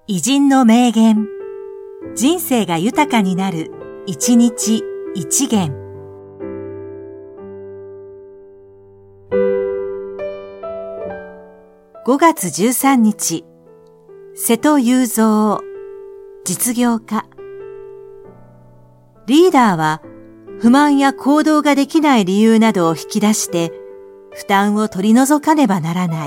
偉人の名言。人生が豊かになる、一日一元。5月13日、瀬戸雄三、実業家。リーダーは、不満や行動ができない理由などを引き出して、負担を取り除かねばならない。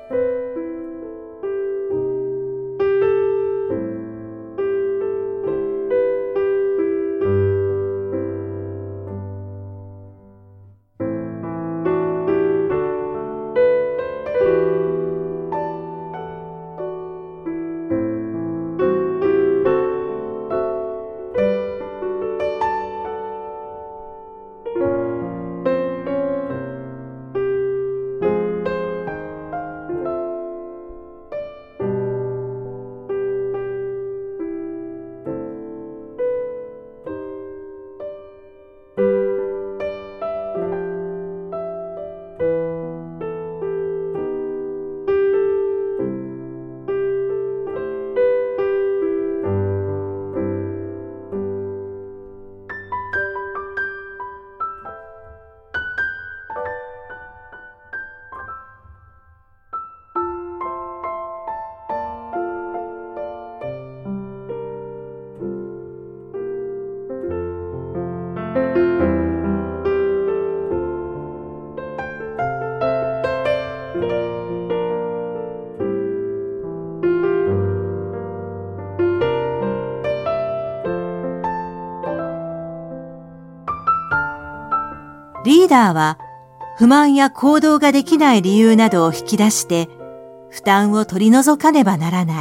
リーダーは不満や行動ができない理由などを引き出して負担を取り除かねばならない。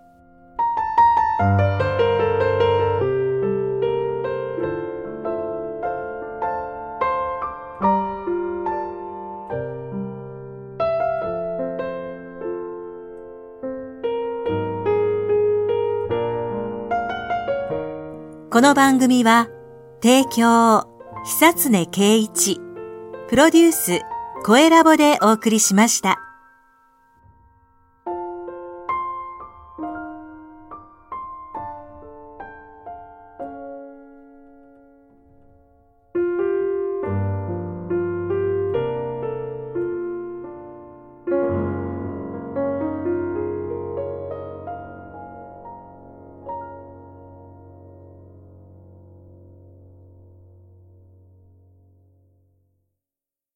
この番組は提供久常圭一、プロデュース、声ラボでお送りしました。